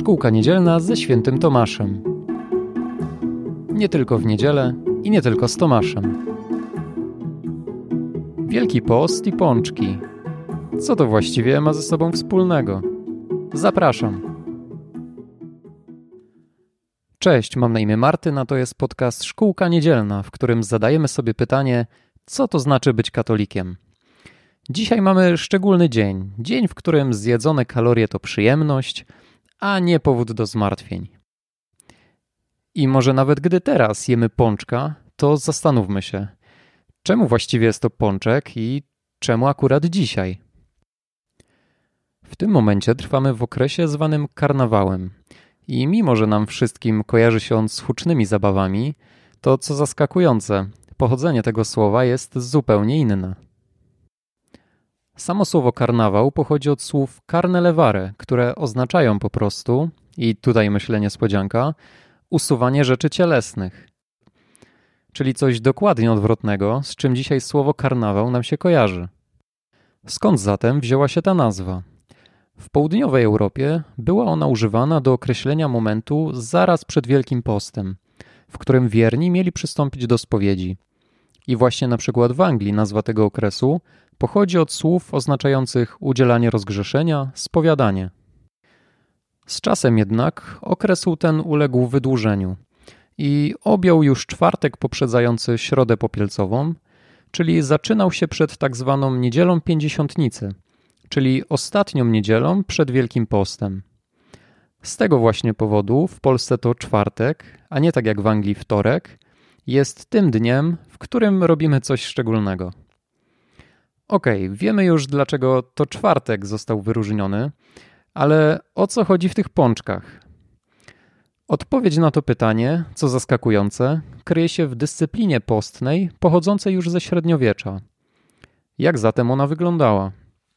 Szkółka niedzielna ze świętym Tomaszem. Nie tylko w niedzielę i nie tylko z Tomaszem. Wielki Post i pączki. Co to właściwie ma ze sobą wspólnego? Zapraszam. Cześć, mam na imię Martyn, a to jest podcast Szkółka Niedzielna, w którym zadajemy sobie pytanie, co to znaczy być katolikiem. Dzisiaj mamy szczególny dzień. Dzień, w którym zjedzone kalorie to przyjemność, a nie powód do zmartwień. I może nawet gdy teraz jemy pączka, to zastanówmy się, czemu właściwie jest to pączek i czemu akurat dzisiaj? W tym momencie trwamy w okresie zwanym karnawałem. I mimo, że nam wszystkim kojarzy się on z hucznymi zabawami, to co zaskakujące, pochodzenie tego słowa jest zupełnie inne. Samo słowo karnawał pochodzi od słów carne levare, które oznaczają po prostu, i tutaj myślę niespodzianka, usuwanie rzeczy cielesnych. Czyli coś dokładnie odwrotnego, z czym dzisiaj słowo karnawał nam się kojarzy. Skąd zatem wzięła się ta nazwa? W południowej Europie była ona używana do określenia momentu zaraz przed Wielkim Postem, w którym wierni mieli przystąpić do spowiedzi. I właśnie na przykład w Anglii nazwa tego okresu pochodzi od słów oznaczających udzielanie rozgrzeszenia, spowiadanie. Z czasem jednak okres ten uległ wydłużeniu i objął już czwartek poprzedzający Środę Popielcową, czyli zaczynał się przed tak zwaną Niedzielą Pięćdziesiątnicy, czyli ostatnią niedzielą przed Wielkim Postem. Z tego właśnie powodu w Polsce to czwartek, a nie tak jak w Anglii wtorek, jest tym dniem, w którym robimy coś szczególnego. Okej, wiemy już dlaczego to czwartek został wyróżniony, ale o co chodzi w tych pączkach? Odpowiedź na to pytanie, co zaskakujące, kryje się w dyscyplinie postnej pochodzącej już ze średniowiecza. Jak zatem ona wyglądała?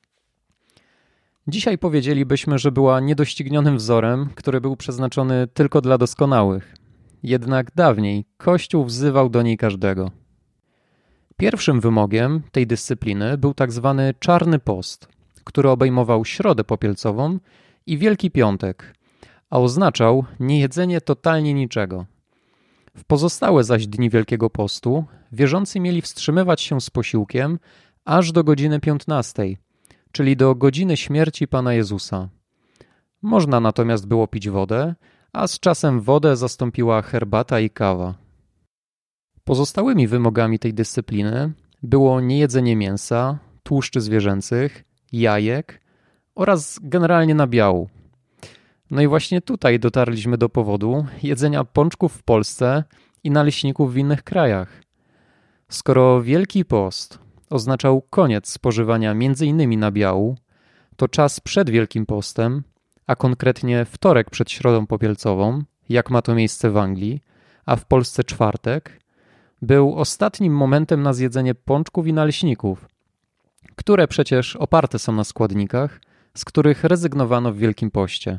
Dzisiaj powiedzielibyśmy, że była niedoścignionym wzorem, który był przeznaczony tylko dla doskonałych. Jednak dawniej Kościół wzywał do niej każdego. Pierwszym wymogiem tej dyscypliny był tak zwany Czarny Post, który obejmował Środę Popielcową i Wielki Piątek, a oznaczał niejedzenie totalnie niczego. W pozostałe zaś dni Wielkiego Postu wierzący mieli wstrzymywać się z posiłkiem aż do godziny 15, czyli do godziny śmierci Pana Jezusa. Można natomiast było pić wodę, a z czasem wodę zastąpiła herbata i kawa. Pozostałymi wymogami tej dyscypliny było niejedzenie mięsa, tłuszczy zwierzęcych, jajek oraz generalnie nabiału. No i właśnie tutaj dotarliśmy do powodu jedzenia pączków w Polsce i naleśników w innych krajach. Skoro Wielki Post oznaczał koniec spożywania m.in. nabiału, to czas przed Wielkim Postem, a konkretnie wtorek przed Środą Popielcową, jak ma to miejsce w Anglii, a w Polsce czwartek, był ostatnim momentem na zjedzenie pączków i naleśników, które przecież oparte są na składnikach, z których rezygnowano w Wielkim Poście.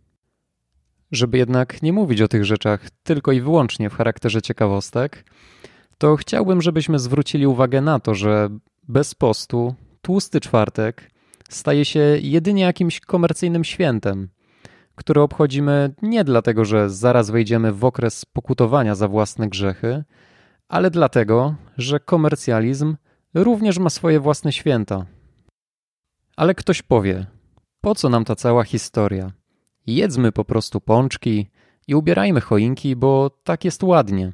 Żeby jednak nie mówić o tych rzeczach tylko i wyłącznie w charakterze ciekawostek, to chciałbym, żebyśmy zwrócili uwagę na to, że bez postu tłusty czwartek staje się jedynie jakimś komercyjnym świętem, które obchodzimy nie dlatego, że zaraz wejdziemy w okres pokutowania za własne grzechy, ale dlatego, że komercjalizm również ma swoje własne święta. Ale ktoś powie, po co nam ta cała historia? Jedzmy po prostu pączki i ubierajmy choinki, bo tak jest ładnie.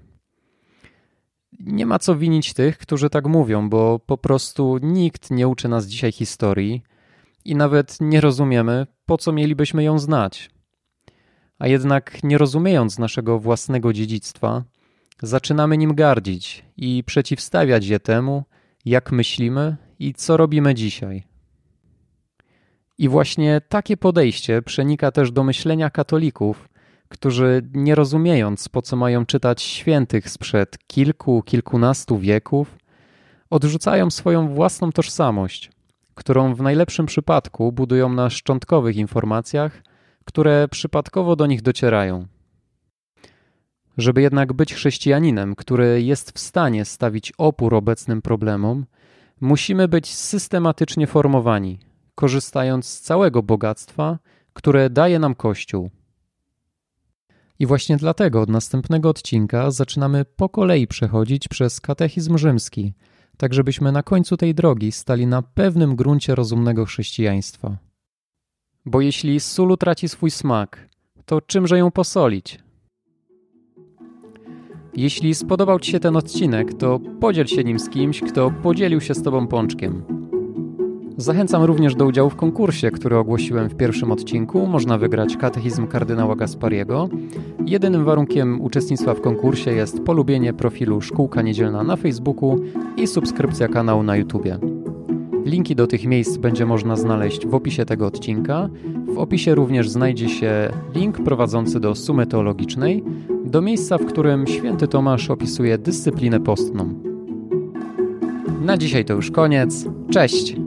Nie ma co winić tych, którzy tak mówią, bo po prostu nikt nie uczy nas dzisiaj historii i nawet nie rozumiemy, po co mielibyśmy ją znać. A jednak nie rozumiejąc naszego własnego dziedzictwa, zaczynamy nim gardzić i przeciwstawiać je temu, jak myślimy i co robimy dzisiaj. I właśnie takie podejście przenika też do myślenia katolików, którzy nie rozumiejąc, po co mają czytać świętych sprzed kilkunastu wieków, odrzucają swoją własną tożsamość, którą w najlepszym przypadku budują na szczątkowych informacjach, które przypadkowo do nich docierają. Żeby jednak być chrześcijaninem, który jest w stanie stawić opór obecnym problemom, musimy być systematycznie formowani, korzystając z całego bogactwa, które daje nam Kościół. I właśnie dlatego od następnego odcinka zaczynamy po kolei przechodzić przez katechizm rzymski, tak żebyśmy na końcu tej drogi stali na pewnym gruncie rozumnego chrześcijaństwa. Bo jeśli sól utraci swój smak, to czymże ją posolić? Jeśli spodobał Ci się ten odcinek, to podziel się nim z kimś, kto podzielił się z Tobą pączkiem. Zachęcam również do udziału w konkursie, który ogłosiłem w pierwszym odcinku. Można wygrać katechizm kardynała Gaspariego. Jedynym warunkiem uczestnictwa w konkursie jest polubienie profilu Szkółka Niedzielna na Facebooku i subskrypcja kanału na YouTubie. Linki do tych miejsc będzie można znaleźć w opisie tego odcinka. W opisie również znajdzie się link prowadzący do Sumy Teologicznej, do miejsca, w którym święty Tomasz opisuje dyscyplinę postną. Na dzisiaj to już koniec. Cześć!